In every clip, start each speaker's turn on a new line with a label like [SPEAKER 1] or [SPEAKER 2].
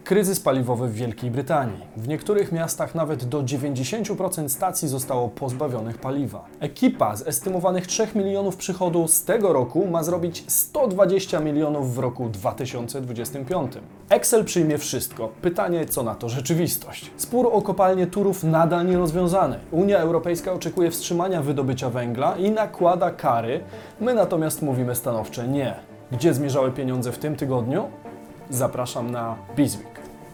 [SPEAKER 1] Kryzys paliwowy w Wielkiej Brytanii. W niektórych miastach nawet do 90% stacji zostało pozbawionych paliwa. Ekipa z estymowanych 3 milionów przychodu z tego roku ma zrobić 120 milionów w roku 2025. Excel przyjmie wszystko. Pytanie, co na to rzeczywistość. Spór o kopalnię Turów nadal nierozwiązany. Unia Europejska oczekuje wstrzymania wydobycia węgla i nakłada kary. My natomiast mówimy stanowcze nie. Gdzie zmierzały pieniądze w tym tygodniu? Zapraszam na Bizweek.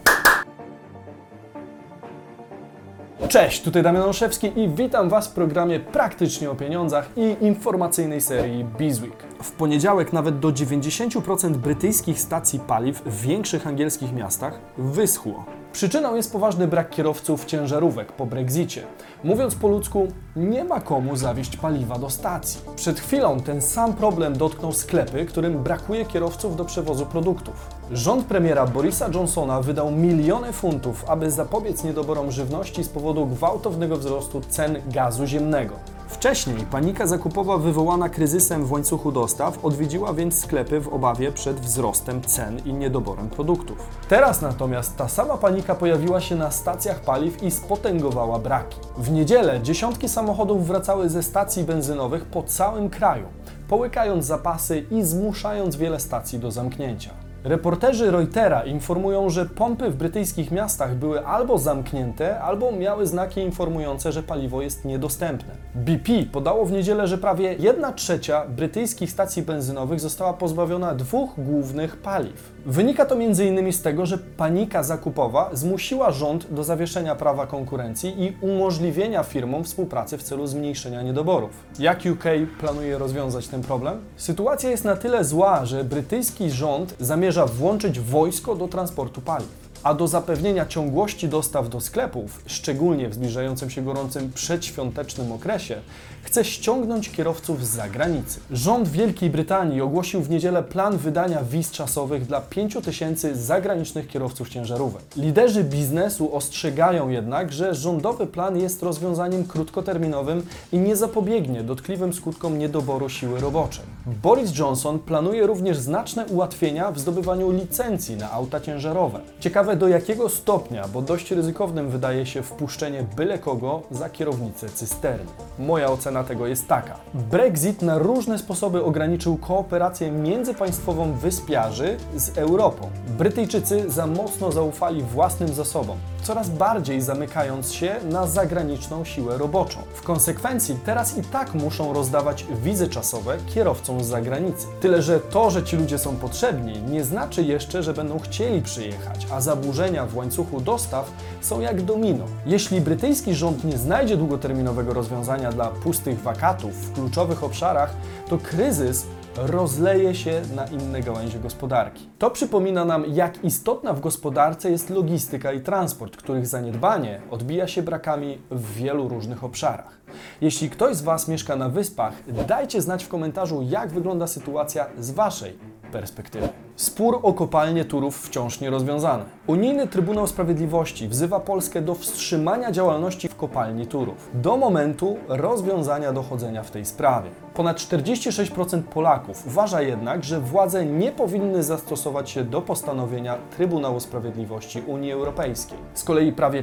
[SPEAKER 1] Cześć, tutaj Damian Olszewski i witam Was w programie Praktycznie o pieniądzach i informacyjnej serii Bizweek. W poniedziałek nawet do 90% brytyjskich stacji paliw w większych angielskich miastach wyschło. Przyczyną jest poważny brak kierowców ciężarówek po Brexicie. Mówiąc po ludzku, nie ma komu zawieźć paliwa do stacji. Przed chwilą ten sam problem dotknął sklepy, którym brakuje kierowców do przewozu produktów. Rząd premiera Borisa Johnsona wydał miliony funtów, aby zapobiec niedoborom żywności z powodu gwałtownego wzrostu cen gazu ziemnego. Wcześniej panika zakupowa wywołana kryzysem w łańcuchu dostaw odwiedziła więc sklepy w obawie przed wzrostem cen i niedoborem produktów. Teraz natomiast ta sama panika pojawiła się na stacjach paliw i spotęgowała braki. W niedzielę dziesiątki samochodów wracały ze stacji benzynowych po całym kraju, połykając zapasy i zmuszając wiele stacji do zamknięcia. Reporterzy Reutera informują, że pompy w brytyjskich miastach były albo zamknięte, albo miały znaki informujące, że paliwo jest niedostępne. BP podało w niedzielę, że prawie 1/3 brytyjskich stacji benzynowych została pozbawiona dwóch głównych paliw. Wynika to m.in. z tego, że panika zakupowa zmusiła rząd do zawieszenia prawa konkurencji i umożliwienia firmom współpracy w celu zmniejszenia niedoborów. Jak UK planuje rozwiązać ten problem? Sytuacja jest na tyle zła, że brytyjski rząd zamierza włączyć wojsko do transportu paliw. A do zapewnienia ciągłości dostaw do sklepów, szczególnie w zbliżającym się gorącym przedświątecznym okresie, chce ściągnąć kierowców z zagranicy. Rząd Wielkiej Brytanii ogłosił w niedzielę plan wydania wiz czasowych dla 5000 zagranicznych kierowców ciężarówek. Liderzy biznesu ostrzegają jednak, że rządowy plan jest rozwiązaniem krótkoterminowym i nie zapobiegnie dotkliwym skutkom niedoboru siły roboczej. Boris Johnson planuje również znaczne ułatwienia w zdobywaniu licencji na auta ciężarowe. Ciekawe do jakiego stopnia, bo dość ryzykownym wydaje się wpuszczenie byle kogo za kierownicę cysterny. Moja ocena tego jest taka. Brexit na różne sposoby ograniczył kooperację międzypaństwową wyspiarzy z Europą. Brytyjczycy za mocno zaufali własnym zasobom, coraz bardziej zamykając się na zagraniczną siłę roboczą. W konsekwencji teraz i tak muszą rozdawać wizy czasowe kierowcom z zagranicy. Tyle, że to, że ci ludzie są potrzebni, nie znaczy jeszcze, że będą chcieli przyjechać, a zaburzenia w łańcuchu dostaw są jak domino. Jeśli brytyjski rząd nie znajdzie długoterminowego rozwiązania dla pustych wakatów w kluczowych obszarach, to kryzys rozleje się na inne gałęzie gospodarki. To przypomina nam, jak istotna w gospodarce jest logistyka i transport, których zaniedbanie odbija się brakami w wielu różnych obszarach. Jeśli ktoś z Was mieszka na wyspach, dajcie znać w komentarzu, jak wygląda sytuacja z Waszej perspektywy. Spór o kopalnię Turów wciąż nierozwiązany. Unijny Trybunał Sprawiedliwości wzywa Polskę do wstrzymania działalności w kopalni Turów do momentu rozwiązania dochodzenia w tej sprawie. Ponad 46% Polaków uważa jednak, że władze nie powinny zastosować się do postanowienia Trybunału Sprawiedliwości Unii Europejskiej. Z kolei prawie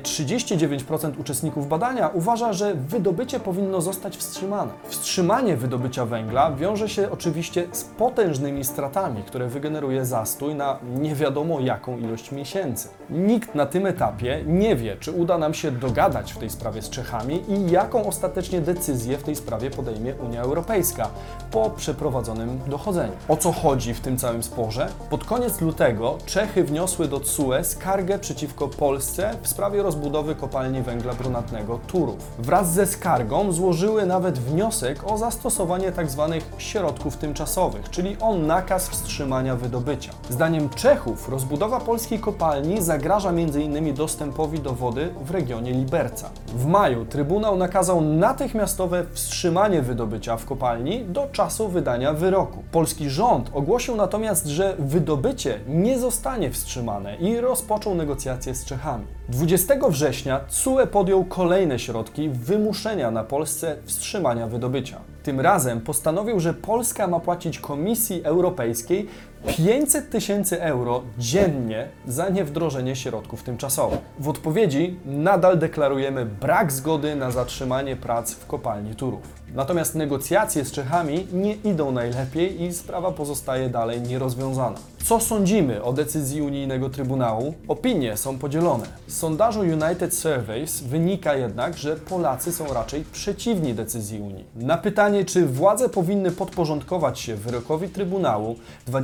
[SPEAKER 1] 39% uczestników badania uważa, że wydobycie powinno zostać wstrzymane. Wstrzymanie wydobycia węgla wiąże się oczywiście z potężnymi stratami, które wygeneruje zastój na nie wiadomo jaką ilość miesięcy. Nikt na tym etapie nie wie, czy uda nam się dogadać w tej sprawie z Czechami i jaką ostatecznie decyzję w tej sprawie podejmie Unia Europejska po przeprowadzonym dochodzeniu. O co chodzi w tym całym sporze? Pod koniec lutego Czechy wniosły do TSUE skargę przeciwko Polsce w sprawie rozbudowy kopalni węgla brunatnego Turów. Wraz ze skargą złożyły nawet wniosek o zastosowanie tzw. środków tymczasowych, czyli o nakaz wstrzymania wydobycia. Zdaniem Czechów rozbudowa polskiej kopalni zagraża m.in. dostępowi do wody w regionie Liberca. W maju Trybunał nakazał natychmiastowe wstrzymanie wydobycia w kopalni do czasu wydania wyroku. Polski rząd ogłosił natomiast, że wydobycie nie zostanie wstrzymane i rozpoczął negocjacje z Czechami. 20 września TSUE podjął kolejne środki wymuszenia na Polsce wstrzymania wydobycia. Tym razem postanowił, że Polska ma płacić Komisji Europejskiej 500 000 euro dziennie za niewdrożenie środków tymczasowych. W odpowiedzi nadal deklarujemy brak zgody na zatrzymanie prac w kopalni Turów. Natomiast negocjacje z Czechami nie idą najlepiej i sprawa pozostaje dalej nierozwiązana. Co sądzimy o decyzji unijnego Trybunału? Opinie są podzielone. Z sondażu United Surveys wynika jednak, że Polacy są raczej przeciwni decyzji Unii. Na pytanie, czy władze powinny podporządkować się wyrokowi Trybunału,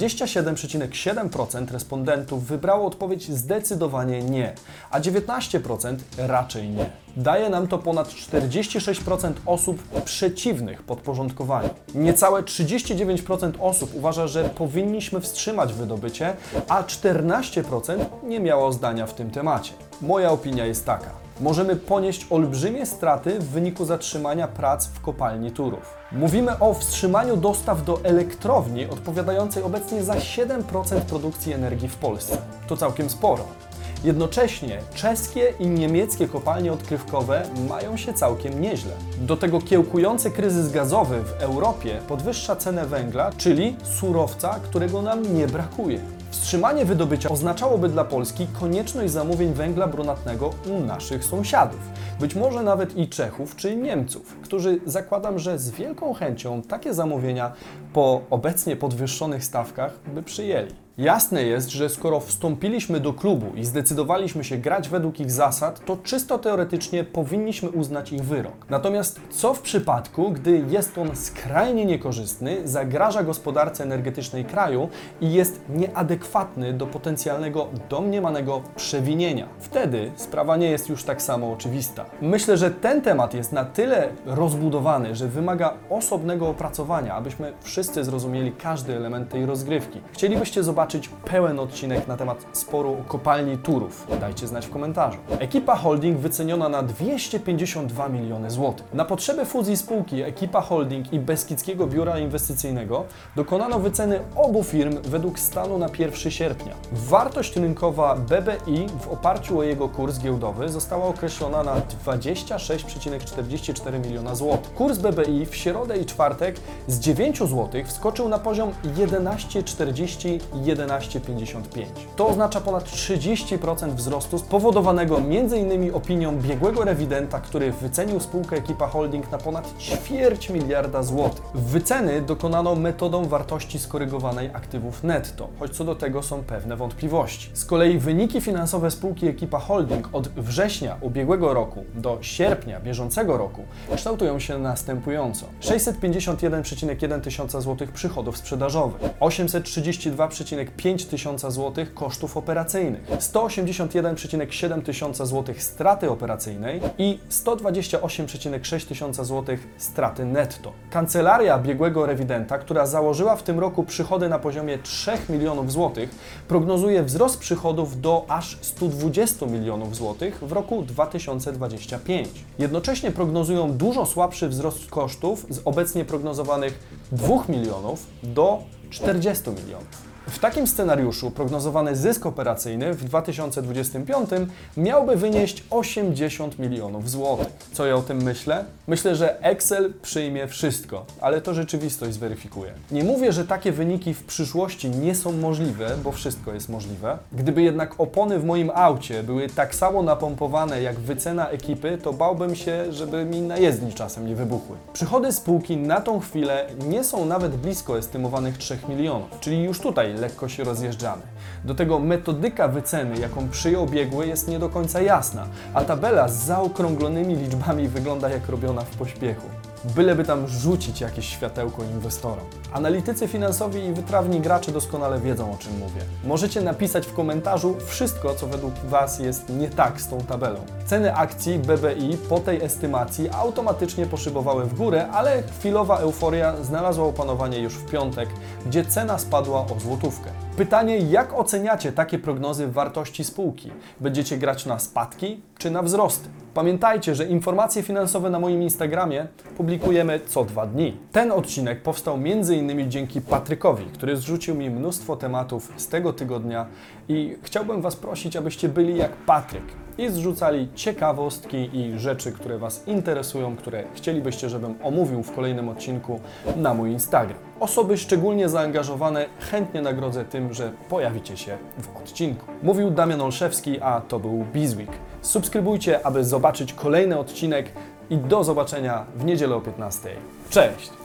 [SPEAKER 1] 27,7% respondentów wybrało odpowiedź zdecydowanie nie, a 19% raczej nie. Daje nam to ponad 46% osób przeciwnych podporządkowaniu. Niecałe 39% osób uważa, że powinniśmy wstrzymać wydobycie, a 14% nie miało zdania w tym temacie. Moja opinia jest taka. Możemy ponieść olbrzymie straty w wyniku zatrzymania prac w kopalni Turów. Mówimy o wstrzymaniu dostaw do elektrowni odpowiadającej obecnie za 7% produkcji energii w Polsce. To całkiem sporo. Jednocześnie czeskie i niemieckie kopalnie odkrywkowe mają się całkiem nieźle. Do tego kiełkujący kryzys gazowy w Europie podwyższa cenę węgla, czyli surowca, którego nam nie brakuje. Wstrzymanie wydobycia oznaczałoby dla Polski konieczność zamówień węgla brunatnego u naszych sąsiadów, być może nawet i Czechów czy Niemców, którzy zakładam, że z wielką chęcią takie zamówienia po obecnie podwyższonych stawkach by przyjęli. Jasne jest, że skoro wstąpiliśmy do klubu i zdecydowaliśmy się grać według ich zasad, to czysto teoretycznie powinniśmy uznać ich wyrok. Natomiast co w przypadku, gdy jest on skrajnie niekorzystny, zagraża gospodarce energetycznej kraju i jest nieadekwatny do potencjalnego domniemanego przewinienia? Wtedy sprawa nie jest już tak samo oczywista. Myślę, że ten temat jest na tyle rozbudowany, że wymaga osobnego opracowania, abyśmy wszyscy zrozumieli każdy element tej rozgrywki. Chcielibyście zobaczyć pełen odcinek na temat sporu o kopalni Turów? Dajcie znać w komentarzu. Ekipa Holding wyceniona na 252 miliony złotych. Na potrzeby fuzji spółki Ekipa Holding i Beskidzkiego Biura Inwestycyjnego dokonano wyceny obu firm według stanu na 1 sierpnia. Wartość rynkowa BBI w oparciu o jego kurs giełdowy została określona na 26,44 miliona złotych. Kurs BBI w środę i czwartek z 9 zł wskoczył na poziom 11,40 11,55. To oznacza ponad 30% wzrostu spowodowanego m.in. opinią biegłego rewidenta, który wycenił spółkę Ekipa Holding na ponad 250 miliarda złotych. Wyceny dokonano metodą wartości skorygowanej aktywów netto, choć co do tego są pewne wątpliwości. Z kolei wyniki finansowe spółki Ekipa Holding od września ubiegłego roku do sierpnia bieżącego roku kształtują się następująco. 651,1 tysiąca złotych przychodów sprzedażowych, 832,5 tysiąca złotych kosztów operacyjnych, 181,7 tysiąca złotych straty operacyjnej i 128,6 tysiąca złotych straty netto. Kancelaria biegłego rewidenta, która założyła w tym roku przychody na poziomie 3 milionów złotych, prognozuje wzrost przychodów do aż 120 milionów złotych w roku 2025. Jednocześnie prognozują dużo słabszy wzrost kosztów z obecnie prognozowanych 2 milionów do 40 milionów. W takim scenariuszu prognozowany zysk operacyjny w 2025 miałby wynieść 80 milionów złotych. Co ja o tym myślę? Myślę, że Excel przyjmie wszystko, ale to rzeczywistość zweryfikuje. Nie mówię, że takie wyniki w przyszłości nie są możliwe, bo wszystko jest możliwe. Gdyby jednak opony w moim aucie były tak samo napompowane jak wycena ekipy, to bałbym się, żeby mi na jezdni czasem nie wybuchły. Przychody spółki na tą chwilę nie są nawet blisko estymowanych 3 milionów, czyli już tutaj lekko się rozjeżdżamy. Do tego metodyka wyceny, jaką przyjął biegły, jest nie do końca jasna, a tabela z zaokrąglonymi liczbami wygląda jak robiona w pośpiechu. Byleby tam rzucić jakieś światełko inwestorom. Analitycy finansowi i wytrawni gracze doskonale wiedzą, o czym mówię. Możecie napisać w komentarzu wszystko, co według Was jest nie tak z tą tabelą. Ceny akcji BBI po tej estymacji automatycznie poszybowały w górę, ale chwilowa euforia znalazła opanowanie już w piątek, gdzie cena spadła o złotówkę. Pytanie, jak oceniacie takie prognozy wartości spółki? Będziecie grać na spadki czy na wzrosty? Pamiętajcie, że informacje finansowe na moim Instagramie publikujemy co 2 dni. Ten odcinek powstał m.in. dzięki Patrykowi, który zrzucił mi mnóstwo tematów z tego tygodnia I chciałbym Was prosić, abyście byli jak Patryk i zrzucali ciekawostki i rzeczy, które Was interesują, które chcielibyście, żebym omówił w kolejnym odcinku na mój Instagram. Osoby szczególnie zaangażowane chętnie nagrodzę tym, że pojawicie się w odcinku. Mówił Damian Olszewski, a to był Bizweek. Subskrybujcie, aby zobaczyć kolejny odcinek i do zobaczenia w niedzielę o 15:00. Cześć!